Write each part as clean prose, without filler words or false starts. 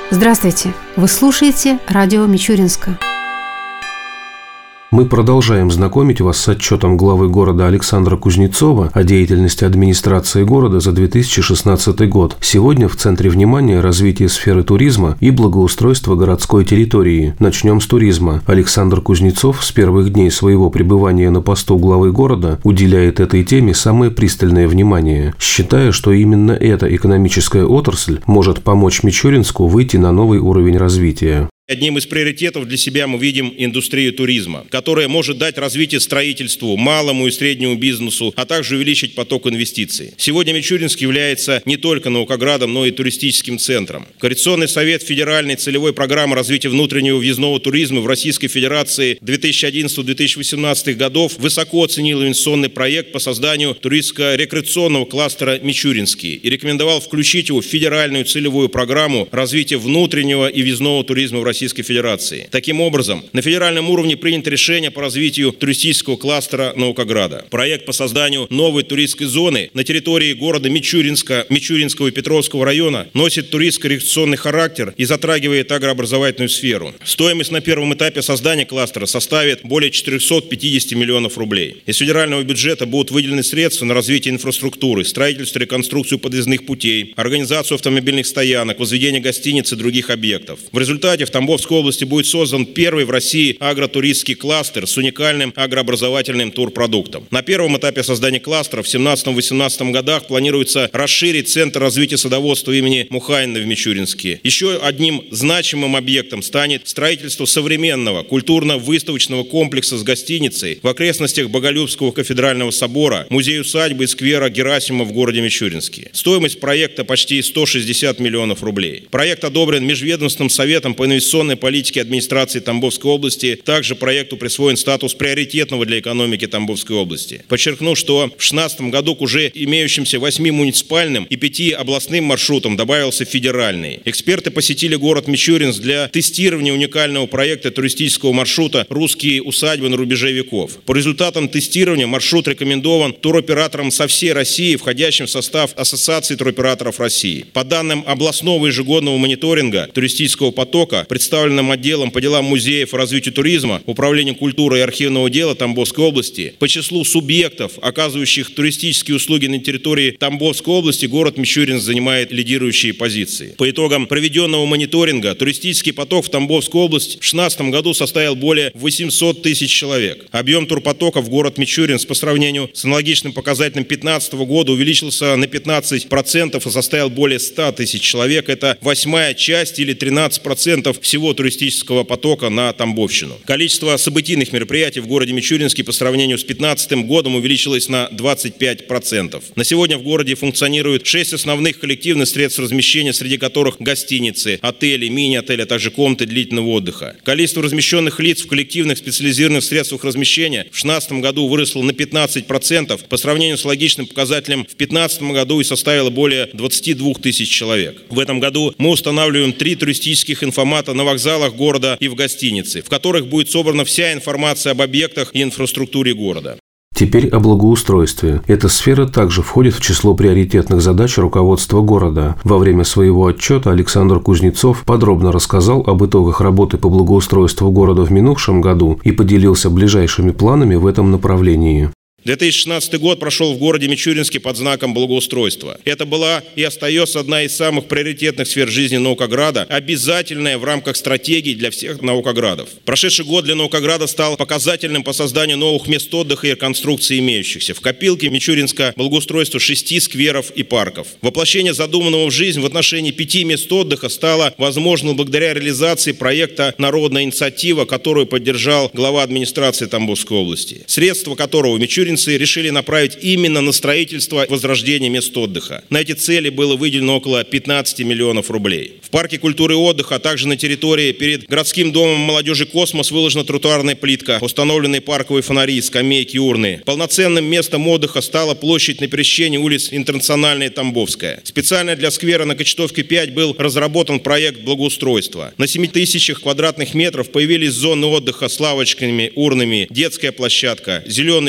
Здравствуйте! Вы слушаете радио Мичуринска. Мы продолжаем знакомить вас с отчетом главы города Александра Кузнецова о деятельности администрации города за 2016 год. Сегодня в центре внимания развитие сферы туризма и благоустройства городской территории. Начнем с туризма. Александр Кузнецов с первых дней своего пребывания на посту главы города уделяет этой теме самое пристальное внимание, считая, что именно эта экономическая отрасль может помочь Мичуринску выйти на новый уровень развития. Одним из приоритетов для себя мы видим индустрию туризма, которая может дать развитие строительству, малому и среднему бизнесу, а также увеличить поток инвестиций. Сегодня Мичуринск является не только наукоградом, но и туристическим центром. Координационный совет Федеральной целевой программы развития внутреннего въездного туризма в Российской Федерации 2011-2018 годов высоко оценил инвестиционный проект по созданию туристско-рекреационного кластера «Мичуринский» и рекомендовал включить его в Федеральную целевую программу развития внутреннего и въездного туризма в Российской Федерации. Таким образом, на федеральном уровне принято решение по развитию туристического кластера Наукограда. Проект по созданию новой туристской зоны на территории города Мичуринска, Мичуринского и Петровского района носит туристско-рекреационный характер и затрагивает агрообразовательную сферу. Стоимость на первом этапе создания кластера составит более 450 миллионов рублей. Из федерального бюджета будут выделены средства на развитие инфраструктуры, строительство и реконструкцию подъездных путей, организацию автомобильных стоянок, возведение гостиниц и других объектов. В результате в Тамбовской области будет создан первый в России агротуристский кластер с уникальным агрообразовательным турпродуктом. На первом этапе создания кластера в 2017-2018 годах планируется расширить Центр развития садоводства имени Муханина в Мичуринске. Еще одним значимым объектом станет строительство современного культурно-выставочного комплекса с гостиницей в окрестностях Боголюбского кафедрального собора, музея-усадьбы и сквера Герасимова в городе Мичуринске. Стоимость проекта почти 160 миллионов рублей. Проект одобрен Межведомственным советом по инвестиционной политике администрации Тамбовской области. Также проекту присвоен статус приоритетного для экономики Тамбовской области. Подчеркну, что в 2016 году к уже имеющимся 8 муниципальным и 5 областным маршрутам добавился федеральный. Эксперты посетили город Мичуринск для тестирования уникального проекта туристического маршрута «Русские усадьбы на рубеже веков». По результатам тестирования маршрут рекомендован туроператорам со всей России, входящим в состав Ассоциации туроператоров России. По данным областного ежегодного мониторинга туристического потока, представленным отделом по делам музеев и развитию туризма, Управлением культуры и архивного дела Тамбовской области, по числу субъектов, оказывающих туристические услуги на территории Тамбовской области, город Мичуринск занимает лидирующие позиции. По итогам проведенного мониторинга, туристический поток в Тамбовской области в 2016 году составил более 800 тысяч человек. Объем турпотока в город Мичуринск по сравнению с аналогичным показателем 2015 года увеличился на 15% и составил более 100 тысяч человек. Это 1/8 часть или 13% всего туристического потока на Тамбовщину. Количество событийных мероприятий в городе Мичуринске по сравнению с 2015 годом увеличилось на 25%. На сегодня в городе функционирует 6 основных коллективных средств размещения, среди которых гостиницы, отели, мини-отели, а также комнаты длительного отдыха. Количество размещенных лиц в коллективных специализированных средствах размещения в 2016 году выросло на 15% по сравнению с логичным показателем в 2015 году и составило более 22 тысяч человек. В этом году мы устанавливаем 3 туристических информата на вокзалах города и в гостинице, в которых будет собрана вся информация об объектах и инфраструктуре города. Теперь о благоустройстве. Эта сфера также входит в число приоритетных задач руководства города. Во время своего отчета Александр Кузнецов подробно рассказал об итогах работы по благоустройству города в минувшем году и поделился ближайшими планами в этом направлении. 2016 год прошел в городе Мичуринске под знаком благоустройства. Это была и остается одна из самых приоритетных сфер жизни Наукограда, обязательная в рамках стратегии для всех наукоградов. Прошедший год для Наукограда стал показательным по созданию новых мест отдыха и реконструкции имеющихся. В копилке Мичуринска благоустройство 6 скверов и парков. Воплощение задуманного в жизнь в отношении 5 мест отдыха стало возможным благодаря реализации проекта «Народная инициатива», которую поддержал глава администрации Тамбовской области. Средства которого Мичуринск решили направить именно на строительство и возрождение мест отдыха. На эти цели было выделено около 15 миллионов рублей. В парке культуры и отдыха, а также на территории перед городским домом молодежи «Космос» выложена тротуарная плитка, установлены парковые фонари, скамейки, урны. Полноценным местом отдыха стала площадь на пересечении улиц Интернациональная и Тамбовская. Специально для сквера на Кочетовке 5 был разработан проект благоустройства. На 7000 квадратных метров появились зоны отдыха с лавочками, урнами, детская площадка, зеленые зоны,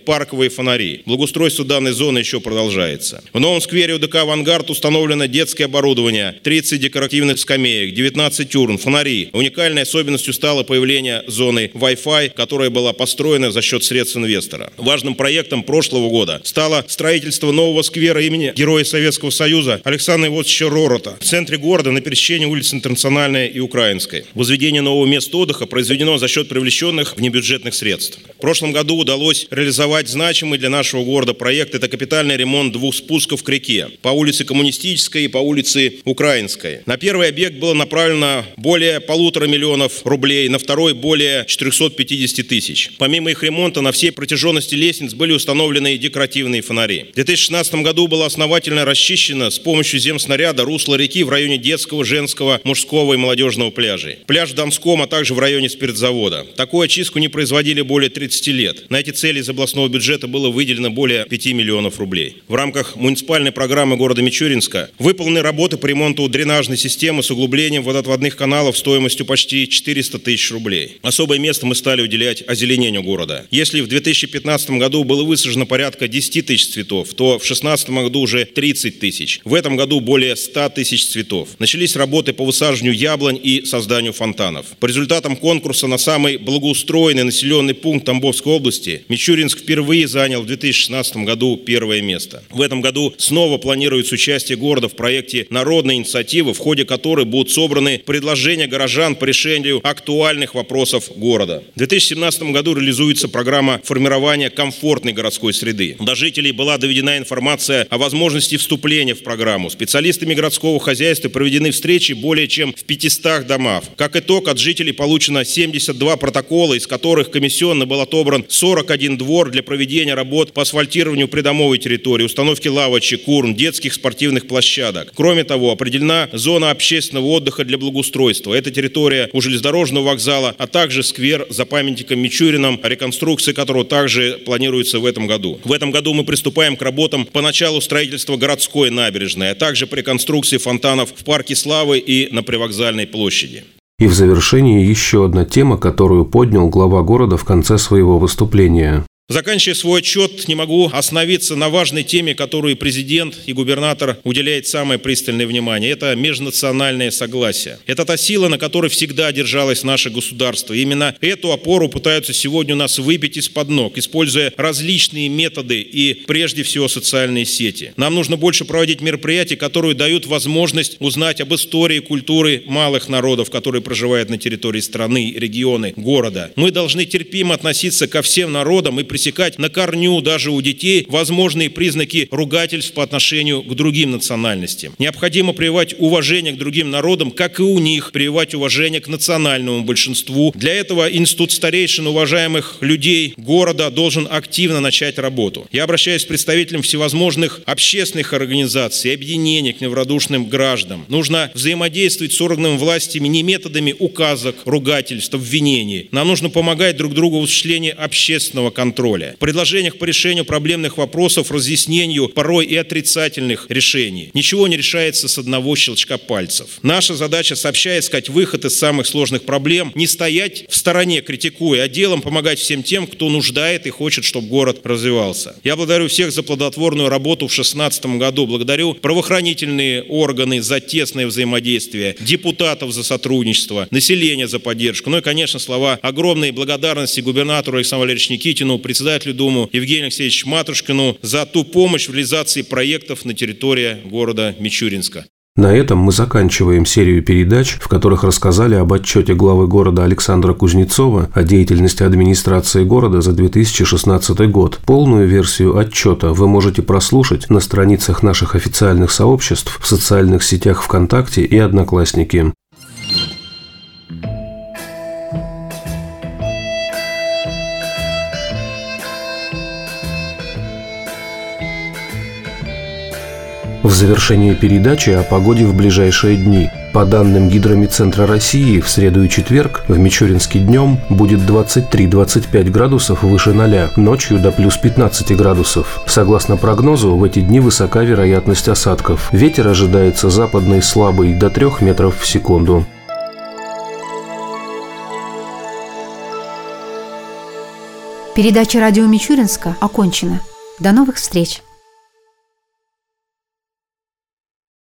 парковые фонари. Благоустройство данной зоны еще продолжается. В новом сквере УДК «Авангард» установлено детское оборудование, 30 декоративных скамеек, 19 урн, фонари. Уникальной особенностью стало появление зоны Wi-Fi, которая была построена за счет средств инвестора. Важным проектом прошлого года стало строительство нового сквера имени Героя Советского Союза Александра Иосифовича Ророта в центре города на пересечении улиц Интернациональной и Украинской. Возведение нового места отдыха произведено за счет привлеченных внебюджетных средств. В прошлом году удалось реализовать значимый для нашего города проект. Это капитальный ремонт 2 спусков к реке по улице Коммунистической и по улице Украинской. На первый объект было направлено более 1,5 миллиона рублей, на второй более 450 тысяч. Помимо их ремонта на всей протяженности лестниц были установлены декоративные фонари. В 2016 году было основательно расчищено с помощью земснаряда русло реки в районе детского, женского, мужского и молодежного пляжей. Пляж в Донском, а также в районе спиртзавода. Такую очистку не производили более 30 лет. На эти цели из областного бюджета было выделено более 5 миллионов рублей. В рамках муниципальной программы города Мичуринска выполнены работы по ремонту дренажной системы с углублением водоотводных каналов стоимостью почти 400 тысяч рублей. Особое место мы стали уделять озеленению города. Если в 2015 году было высажено порядка 10 тысяч цветов, то в 2016 году уже 30 тысяч. В этом году более 100 тысяч цветов. Начались работы по высаживанию яблонь и созданию фонтанов. По результатам конкурса на самый благоустроенный населенный пункт Тамбовской области Мичуринск впервые занял в 2016 году первое место. В этом году снова планируется участие города в проекте народной инициативы, в ходе которой будут собраны предложения горожан по решению актуальных вопросов города. В 2017 году реализуется программа формирования комфортной городской среды. До жителей была доведена информация о возможности вступления в программу. Специалистами городского хозяйства проведены встречи более чем в 500 домах. Как итог, от жителей получено 72 протокола, из которых комиссионно был отобран 41 двор для проведения работ по асфальтированию придомовой территории, установке лавочек, урн, детских спортивных площадок. Кроме того, определена зона общественного отдыха для благоустройства. Это территория у железнодорожного вокзала, а также сквер за памятником Мичуриным, реконструкция которого также планируется в этом году. В этом году мы приступаем к работам по началу строительства городской набережной, а также по реконструкции фонтанов в Парке Славы и на Привокзальной площади. И в завершении еще одна тема, которую поднял глава города в конце своего выступления. Заканчивая свой отчет, не могу остановиться на важной теме, которую президент и губернатор уделяют самое пристальное внимание. Это межнациональное согласие. Это та сила, на которой всегда держалось наше государство. И именно эту опору пытаются сегодня у нас выбить из-под ног, используя различные методы и, прежде всего, социальные сети. Нам нужно больше проводить мероприятия, которые дают возможность узнать об истории и культуре малых народов, которые проживают на территории страны, регионы, города. Мы должны терпимо относиться ко всем народам и пресекать на корню даже у детей возможные признаки ругательств по отношению к другим национальностям. Необходимо прививать уважение к другим народам, как и у них прививать уважение к национальному большинству. Для этого институт старейшин уважаемых людей города должен активно начать работу. Я обращаюсь к представителям всевозможных общественных организаций, объединений к неравнодушным гражданам. Нужно взаимодействовать с органами власти не методами указок, ругательств, обвинений. Нам нужно помогать друг другу в осуществлении общественного контроля. В предложениях по решению проблемных вопросов, разъяснению порой и отрицательных решений. Ничего не решается с одного щелчка пальцев. Наша задача сообща искать выход из самых сложных проблем, не стоять в стороне, критикуя, а делом помогать всем тем, кто нуждает и хочет, чтобы город развивался. Я благодарю всех за плодотворную работу в 2016 году. Благодарю правоохранительные органы за тесное взаимодействие, депутатов за сотрудничество, население за поддержку. Ну и, конечно, слова огромной благодарности губернатору Александру Валерьевичу Никитину, председателю Думы Евгению Алексеевичу Матушкину за ту помощь в реализации проектов на территории города Мичуринска. На этом мы заканчиваем серию передач, в которых рассказали об отчете главы города Александра Кузнецова о деятельности администрации города за 2016 год. Полную версию отчета вы можете прослушать на страницах наших официальных сообществ в социальных сетях ВКонтакте и Одноклассники. В завершении передачи о погоде в ближайшие дни. По данным Гидромедцентра России, в среду и четверг в Мичуринске днем будет 23-25 градусов выше 0, ночью до плюс 15 градусов. Согласно прогнозу, в эти дни высока вероятность осадков. Ветер ожидается западный слабый до 3 метров в секунду. Передача «Радио Мичуринска» окончена. До новых встреч!